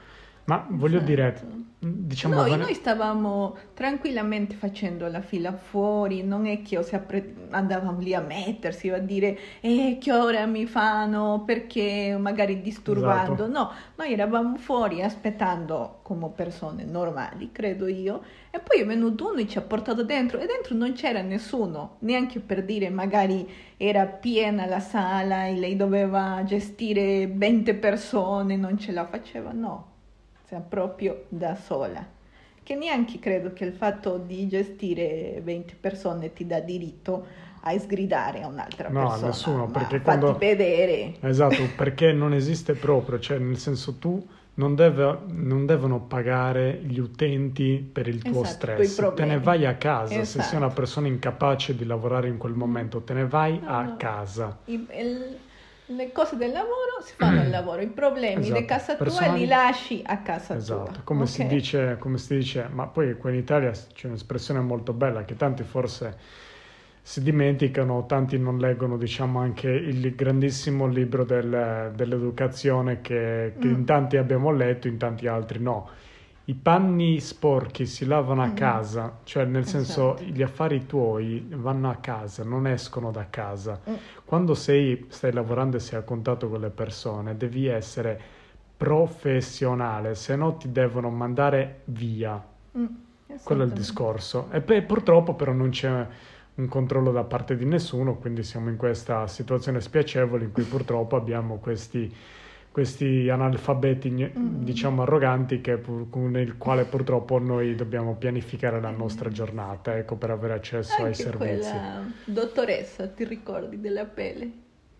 Speaker 1: Ma voglio dire,
Speaker 2: Esatto.
Speaker 1: diciamo,
Speaker 2: Noi stavamo tranquillamente facendo la fila fuori, non è che andavamo lì a mettersi a dire che ora mi fanno perché magari disturbando,
Speaker 1: esatto,
Speaker 2: no, noi eravamo fuori aspettando come persone normali, credo io, e poi è venuto uno e ci ha portato dentro e dentro non c'era nessuno, neanche per dire magari era piena la sala e lei doveva gestire 20 persone, non ce la faceva, no, cioè proprio da sola. Che neanche credo che il fatto di gestire 20 persone ti dà diritto a sgridare a un'altra
Speaker 1: no, a
Speaker 2: persona,
Speaker 1: nessuno,
Speaker 2: ma
Speaker 1: perché
Speaker 2: fatti vedere.
Speaker 1: esatto, perché non esiste proprio, cioè nel senso tu non devono pagare gli utenti per il tuo
Speaker 2: Esatto, tuoi
Speaker 1: stress, te ne
Speaker 2: problemi.
Speaker 1: vai a casa, se sei una
Speaker 2: Esatto.
Speaker 1: persona incapace di lavorare in quel momento, te ne vai
Speaker 2: No,
Speaker 1: a
Speaker 2: no.
Speaker 1: casa.
Speaker 2: Le cose del lavoro si fanno al lavoro, i problemi di
Speaker 1: Esatto,
Speaker 2: casa tua
Speaker 1: personali.
Speaker 2: li lasci a casa
Speaker 1: Esatto,
Speaker 2: tua.
Speaker 1: come si
Speaker 2: Ok?
Speaker 1: dice, ma poi qua in Italia c'è un'espressione molto bella che tanti forse si dimenticano, tanti non leggono, diciamo, anche il grandissimo libro dell'educazione che in tanti abbiamo letto, in tanti altri no. I panni sporchi si lavano a casa, cioè nel senso
Speaker 2: Esatto.
Speaker 1: gli affari tuoi vanno a casa, non escono da casa.
Speaker 2: Mm,
Speaker 1: Quando stai lavorando e sei a contatto con le persone, devi essere professionale, se no ti devono mandare via.
Speaker 2: mm,
Speaker 1: Quello è il
Speaker 2: esattamente.
Speaker 1: discorso. E poi, purtroppo però non c'è un controllo da parte di nessuno, quindi siamo in questa situazione spiacevole in cui purtroppo abbiamo questi analfabeti, diciamo, arroganti, con il quale purtroppo noi dobbiamo pianificare la nostra giornata, ecco, per avere accesso ai
Speaker 2: Anche
Speaker 1: servizi.
Speaker 2: quella dottoressa, ti ricordi della pelle?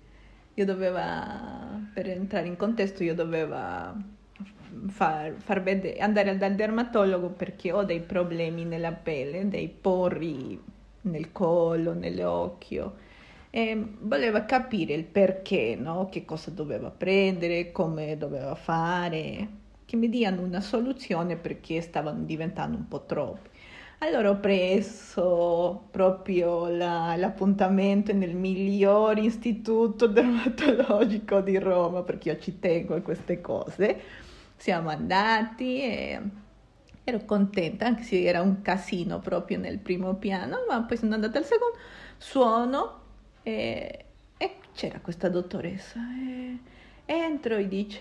Speaker 2: Per entrare in contesto, io dovevo far vedere, andare dal dermatologo perché ho dei problemi nella pelle, dei pori nel collo, nell'occhio. E voleva capire il perché, no? Che cosa doveva prendere, come doveva fare, che mi diano una soluzione perché stavano diventando un po' troppi. Allora ho preso proprio l'appuntamento nel miglior istituto dermatologico di Roma, perché io ci tengo a queste cose. Siamo andati e ero contenta, anche se era un casino proprio nel primo piano, ma poi sono andata al secondo, suono e c'era questa dottoressa. Entro e dice,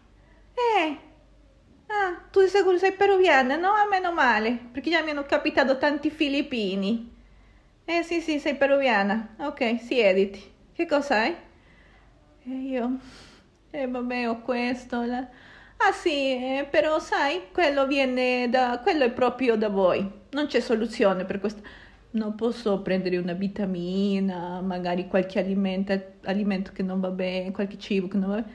Speaker 2: tu di sicuro sei peruviana, no? Meno male, perché già mi hanno capitato tanti filippini. Sì, sì, sei peruviana. Ok, siediti. Che cos'hai? E io, vabbè, ho questo. Ah sì, però sai, quello è proprio da voi. Non c'è soluzione per questo. Non posso prendere una vitamina, magari qualche alimento che non va bene, qualche cibo che non va bene.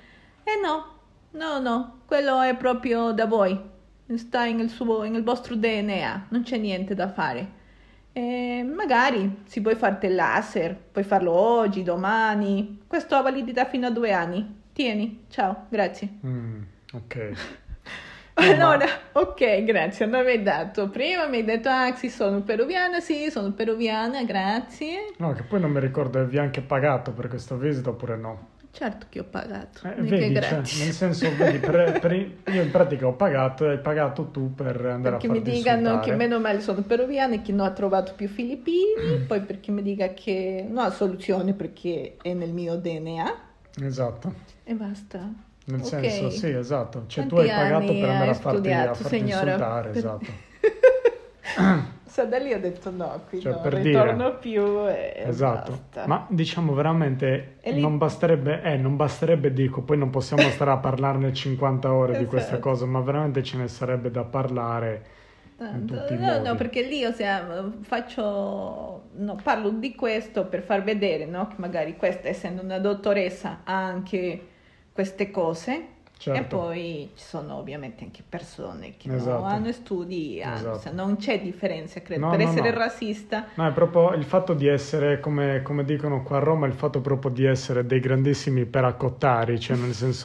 Speaker 2: No, quello è proprio da voi. Sta nel vostro DNA, non c'è niente da fare. Magari si puoi farti il laser, puoi farlo oggi, domani. Questo ha validità fino a 2 anni. Tieni, ciao, grazie.
Speaker 1: Ok.
Speaker 2: Allora, ok, grazie, non mi hai dato. Prima mi hai detto, sì, sono peruviana, grazie.
Speaker 1: No, che poi non mi ricordo, avevi anche pagato per questa visita oppure no?
Speaker 2: Certo che ho pagato, mica
Speaker 1: Vedi, cioè,
Speaker 2: gratis.
Speaker 1: nel senso, vedi, io in pratica ho pagato e hai pagato tu per andare
Speaker 2: Perché
Speaker 1: a
Speaker 2: mi
Speaker 1: farti
Speaker 2: dicano che
Speaker 1: insultare.
Speaker 2: meno male sono peruviana e che non ha trovato più filippini, poi perché mi dica che non ha soluzione perché è nel mio DNA
Speaker 1: Esatto,
Speaker 2: e basta.
Speaker 1: nel
Speaker 2: Ok.
Speaker 1: senso, sì, esatto. Cioè tu
Speaker 2: Quanti
Speaker 1: hai pagato
Speaker 2: anni
Speaker 1: per andare
Speaker 2: hai
Speaker 1: a farti
Speaker 2: studiato, signora?
Speaker 1: insultare, esatto.
Speaker 2: Da lì ho detto no, qui
Speaker 1: Cioè,
Speaker 2: non
Speaker 1: per
Speaker 2: ritorno
Speaker 1: dire,
Speaker 2: più e
Speaker 1: esatto,
Speaker 2: basta.
Speaker 1: ma diciamo veramente
Speaker 2: E lì-
Speaker 1: non basterebbe, dico, poi non possiamo stare a parlarne 50 ore di questa
Speaker 2: Esatto.
Speaker 1: cosa, ma veramente ce ne sarebbe da parlare in tutti i
Speaker 2: No,
Speaker 1: modi.
Speaker 2: perché lì parlo di questo per far vedere, no, che magari questa, essendo una dottoressa, ha anche queste cose.
Speaker 1: Certo.
Speaker 2: E poi ci sono ovviamente anche persone che
Speaker 1: Esatto.
Speaker 2: non hanno studi,
Speaker 1: Esatto.
Speaker 2: cioè, non c'è differenza, credo.
Speaker 1: No,
Speaker 2: Per
Speaker 1: no,
Speaker 2: essere
Speaker 1: no.
Speaker 2: razzista,
Speaker 1: No, è proprio il fatto di essere, come dicono qua a Roma, il fatto proprio di essere dei grandissimi peracottari, cioè nel senso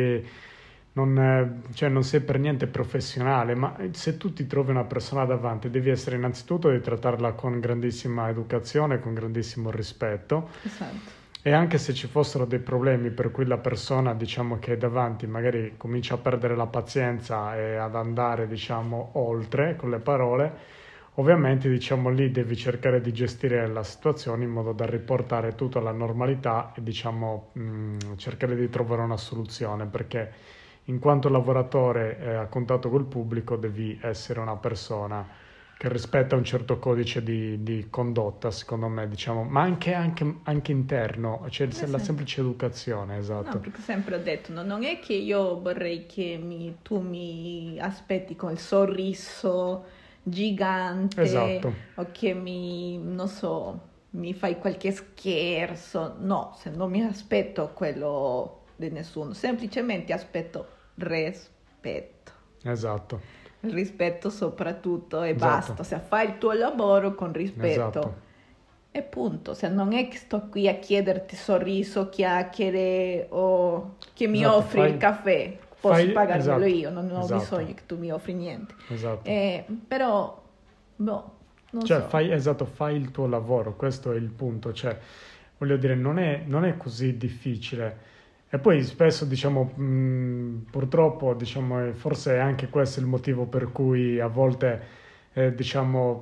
Speaker 1: non sei per niente professionale, ma se tu ti trovi una persona davanti devi essere innanzitutto di trattarla con grandissima educazione, con grandissimo rispetto.
Speaker 2: esatto.
Speaker 1: E anche se ci fossero dei problemi per cui la persona, diciamo, che è davanti magari comincia a perdere la pazienza e ad andare, diciamo, oltre con le parole, ovviamente, diciamo, lì devi cercare di gestire la situazione in modo da riportare tutto alla normalità e, diciamo, cercare di trovare una soluzione, perché in quanto lavoratore a contatto col pubblico devi essere una persona che rispetta un certo codice di condotta, secondo me, diciamo, ma anche interno, cioè la
Speaker 2: Sì.
Speaker 1: semplice educazione,
Speaker 2: No,
Speaker 1: esatto.
Speaker 2: perché sempre ho detto, no, non è che io vorrei che tu mi aspetti con il sorriso gigante
Speaker 1: Esatto,
Speaker 2: o che non so, mi fai qualche scherzo. No, se non mi aspetto quello di nessuno, semplicemente aspetto rispetto.
Speaker 1: esatto,
Speaker 2: Il rispetto soprattutto e
Speaker 1: esatto,
Speaker 2: basta, se fai il tuo lavoro con
Speaker 1: esatto,
Speaker 2: rispetto e punto, se non è che sto qui a chiederti sorriso, chiacchiere o che mi
Speaker 1: esatto,
Speaker 2: offri il caffè, posso pagarmelo
Speaker 1: esatto,
Speaker 2: io, non ho
Speaker 1: esatto,
Speaker 2: bisogno che tu mi offri niente.
Speaker 1: esatto.
Speaker 2: Però, boh, non
Speaker 1: Cioè,
Speaker 2: so.
Speaker 1: fai il tuo lavoro, questo è il punto, cioè, voglio dire, non è così difficile. E poi spesso, diciamo, purtroppo, diciamo, forse è anche questo il motivo per cui a volte, diciamo,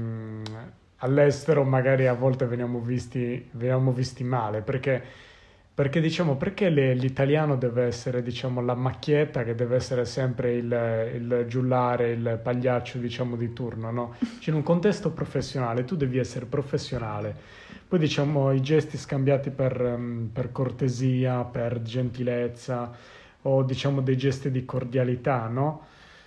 Speaker 1: all'estero magari a volte veniamo visti male, perché diciamo, perché l'italiano deve essere, diciamo, la macchietta che deve essere sempre il giullare, il pagliaccio, diciamo, di turno, no? Cioè, in un contesto professionale tu devi essere professionale. Poi, diciamo, i gesti scambiati per cortesia, per gentilezza o, diciamo, dei gesti di cordialità, no?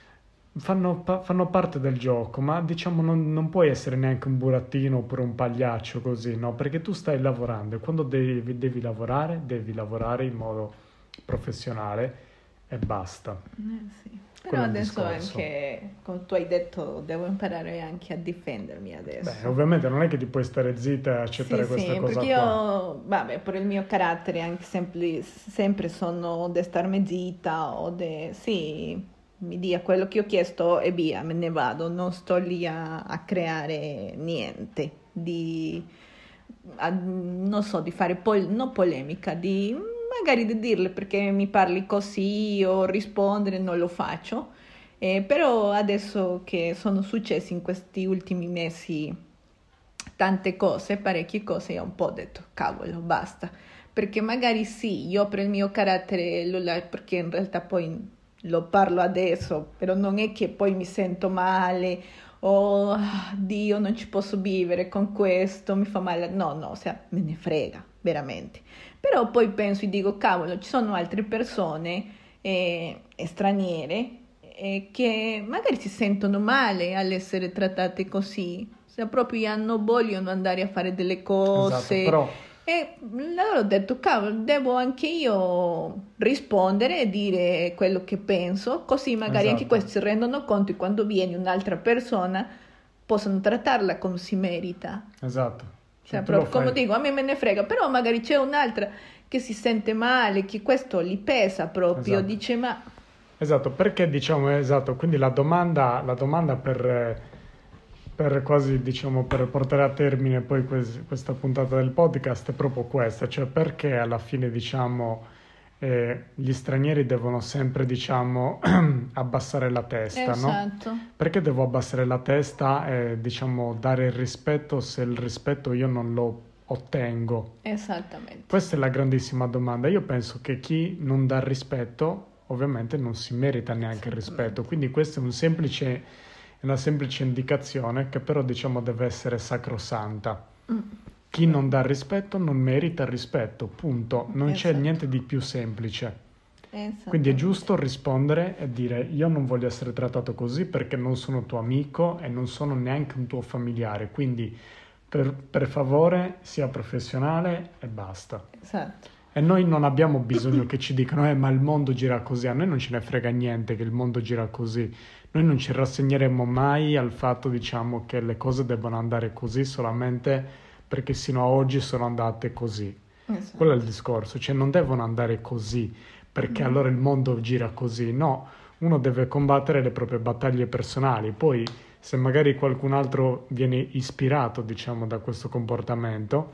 Speaker 1: Fanno parte del gioco, ma diciamo non puoi essere neanche un burattino oppure un pagliaccio così, no? Perché tu stai lavorando e quando devi lavorare in modo professionale e basta.
Speaker 2: Sì. Però
Speaker 1: Quello è il
Speaker 2: adesso
Speaker 1: discorso.
Speaker 2: anche, come tu hai detto, devo imparare anche a difendermi
Speaker 1: Beh,
Speaker 2: adesso.
Speaker 1: ovviamente non è che ti puoi stare zitta e accettare
Speaker 2: Sì,
Speaker 1: questa
Speaker 2: sì,
Speaker 1: cosa
Speaker 2: perché
Speaker 1: qua.
Speaker 2: io, vabbè, per il mio carattere anche sempre sono da starmi zitta o sì, mi dia quello che ho chiesto e via, me ne vado, non sto lì a creare niente, non so, di fare non polemica, magari di dirle perché mi parli così o rispondere, non lo faccio. Però adesso che sono successi in questi ultimi mesi tante cose, parecchie cose, io ho un po' detto, cavolo, basta. Perché magari sì, io per il mio carattere, perché in realtà poi lo parlo adesso, però non è che poi mi sento male o Dio non ci posso vivere con questo, mi fa male. No, no, o sea, me ne frega, veramente. Però poi penso e dico, cavolo, ci sono altre persone straniere che magari si sentono male all'essere trattate così, se proprio vogliono andare a fare delle
Speaker 1: Esatto,
Speaker 2: cose.
Speaker 1: però
Speaker 2: E allora ho detto, cavolo, devo anche io rispondere e dire quello che penso, così magari anche
Speaker 1: esatto,
Speaker 2: questi si rendono conto e quando viene un'altra persona possono trattarla come si merita.
Speaker 1: esatto. Cioè,
Speaker 2: Cioè,
Speaker 1: tu lo
Speaker 2: proprio come
Speaker 1: fai.
Speaker 2: dico, a me ne frega, però magari c'è un'altra che si sente male, che questo gli pesa proprio,
Speaker 1: Esatto.
Speaker 2: dice, ma
Speaker 1: Esatto, perché diciamo esatto, quindi la domanda per quasi diciamo per portare a termine poi questa puntata del podcast è proprio questa, cioè perché alla fine diciamo gli stranieri devono sempre diciamo abbassare la testa, no?
Speaker 2: esatto,
Speaker 1: Perché devo abbassare la testa e diciamo dare il rispetto se il rispetto io non lo ottengo?
Speaker 2: esattamente,
Speaker 1: Questa è la grandissima domanda. Io penso che chi non dà rispetto, ovviamente non si merita neanche il rispetto.
Speaker 2: esattamente.
Speaker 1: Quindi questa è una semplice indicazione che però diciamo deve essere sacrosanta. Chi non dà rispetto non merita il rispetto, punto. Non c'è
Speaker 2: Esatto,
Speaker 1: niente di più semplice. Quindi è
Speaker 2: esattamente,
Speaker 1: giusto rispondere e dire io non voglio essere trattato così perché non sono tuo amico e non sono neanche un tuo familiare. Quindi per favore sia professionale e basta.
Speaker 2: esatto,
Speaker 1: E noi non abbiamo bisogno che ci dicano, ma il mondo gira così, a noi non ce ne frega niente che il mondo gira così, noi non ci rassegneremo mai al fatto, diciamo, che le cose debbano andare così solamente perché sino a oggi sono andate così. Quello è il
Speaker 2: esatto.
Speaker 1: discorso, cioè non devono andare così perché allora il mondo gira così, no, uno deve combattere le proprie battaglie personali, poi se magari qualcun altro viene ispirato, diciamo, da questo comportamento,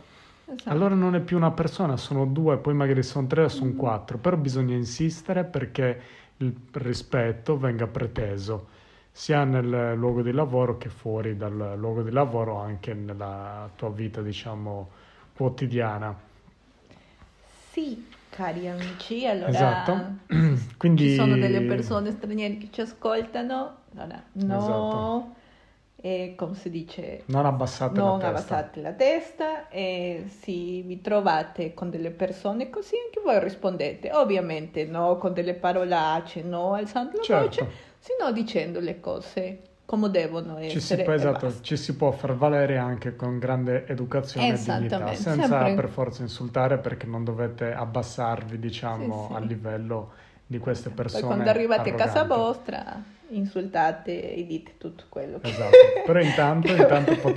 Speaker 2: Esatto.
Speaker 1: allora non è più una persona, sono due, poi magari sono tre o sono quattro, però bisogna insistere perché il rispetto venga preteso sia nel luogo di lavoro che fuori dal luogo di lavoro, anche nella tua vita, diciamo, quotidiana.
Speaker 2: Sì, cari amici,
Speaker 1: Esatto.
Speaker 2: allora ci sono delle
Speaker 1: Quindi,
Speaker 2: persone straniere che ci ascoltano, allora
Speaker 1: esatto,
Speaker 2: no, come si dice,
Speaker 1: non abbassate la
Speaker 2: non
Speaker 1: testa.
Speaker 2: abbassate la testa e se vi trovate con delle persone così anche voi rispondete, ovviamente no con delle parolacce, no alzando la voce,
Speaker 1: Certo.
Speaker 2: sino dicendo le cose come devono essere e
Speaker 1: Esatto,
Speaker 2: basta.
Speaker 1: ci si può far valere anche con grande educazione e dignità,
Speaker 2: Esattamente,
Speaker 1: senza per
Speaker 2: sempre,
Speaker 1: forza insultare perché non dovete abbassarvi,
Speaker 2: sì,
Speaker 1: diciamo, a
Speaker 2: sì.
Speaker 1: livello di queste
Speaker 2: Poi quando
Speaker 1: persone
Speaker 2: arrivate a casa
Speaker 1: arroganti.
Speaker 2: vostra, insultate e dite tutto quello che...
Speaker 1: Esatto, però intanto
Speaker 2: che-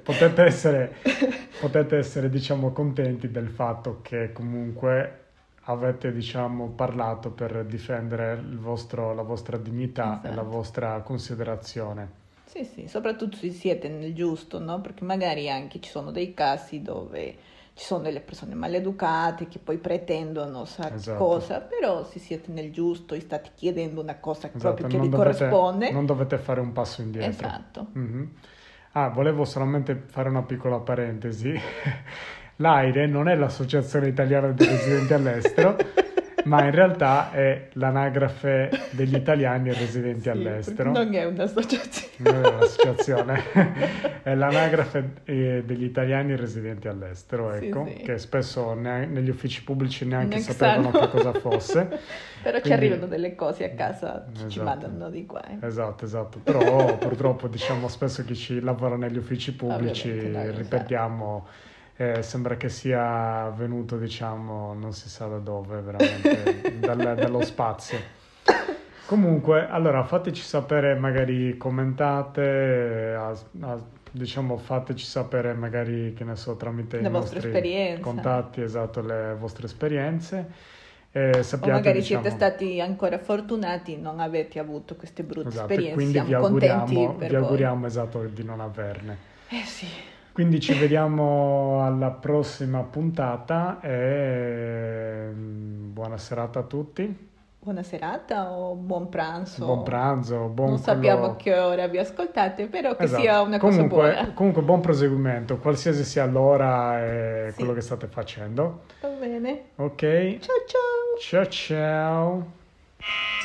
Speaker 1: potete essere, diciamo, contenti del fatto che comunque avete, diciamo, parlato per difendere la vostra dignità e la
Speaker 2: Esatto.
Speaker 1: vostra considerazione.
Speaker 2: Sì, sì, soprattutto se siete nel giusto, no? Perché magari anche ci sono dei casi dove ci sono delle persone maleducate che poi pretendono sa che
Speaker 1: Esatto.
Speaker 2: cosa, però se siete nel giusto e state chiedendo una cosa proprio
Speaker 1: Esatto,
Speaker 2: che vi corrisponde,
Speaker 1: non dovete fare un passo indietro.
Speaker 2: esatto.
Speaker 1: Mhm. Ah, volevo solamente fare una piccola parentesi. L'AIRE non è l'Associazione Italiana dei Residenti all'estero, ma in realtà è l'anagrafe degli italiani residenti
Speaker 2: Sì, perché
Speaker 1: all'estero.
Speaker 2: non è
Speaker 1: Non è
Speaker 2: un'associazione.
Speaker 1: un'associazione, è l'anagrafe degli italiani residenti all'estero,
Speaker 2: Sì,
Speaker 1: ecco,
Speaker 2: sì.
Speaker 1: che spesso negli uffici pubblici neanche
Speaker 2: Next
Speaker 1: sapevano
Speaker 2: anno.
Speaker 1: che cosa fosse.
Speaker 2: Però ci
Speaker 1: Quindi,
Speaker 2: arrivano delle cose a casa che ci
Speaker 1: esatto,
Speaker 2: mandano di qua.
Speaker 1: esatto. Però purtroppo diciamo spesso chi ci lavora negli uffici pubblici,
Speaker 2: Ovviamente noi lo sa.
Speaker 1: ripetiamo, sembra che sia venuto, diciamo, non si sa da dove, veramente, dallo spazio. Comunque, allora fateci sapere, magari commentate, diciamo fateci sapere magari, che ne so, tramite
Speaker 2: La
Speaker 1: i
Speaker 2: vostra
Speaker 1: nostri
Speaker 2: esperienza.
Speaker 1: contatti, esatto, le vostre esperienze.
Speaker 2: O
Speaker 1: Sappiate,
Speaker 2: magari siete
Speaker 1: diciamo,
Speaker 2: stati ancora fortunati, non avete avuto queste brutte
Speaker 1: esatto, e
Speaker 2: esperienze,
Speaker 1: quindi
Speaker 2: siamo contenti
Speaker 1: vi
Speaker 2: per voi.
Speaker 1: auguriamo, esatto, di non averne.
Speaker 2: Eh sì,
Speaker 1: Quindi ci vediamo alla prossima puntata e buona serata a tutti.
Speaker 2: buona serata o buon
Speaker 1: Buon
Speaker 2: pranzo.
Speaker 1: pranzo,
Speaker 2: Non
Speaker 1: buon
Speaker 2: sappiamo a
Speaker 1: quello.
Speaker 2: che ora vi ascoltate, però che sia
Speaker 1: Esatto.
Speaker 2: una cosa buona.
Speaker 1: Comunque buon proseguimento, qualsiasi sia l'ora e quello
Speaker 2: Sì,
Speaker 1: che state facendo.
Speaker 2: va bene.
Speaker 1: Ok?
Speaker 2: Ciao ciao!
Speaker 1: Ciao ciao.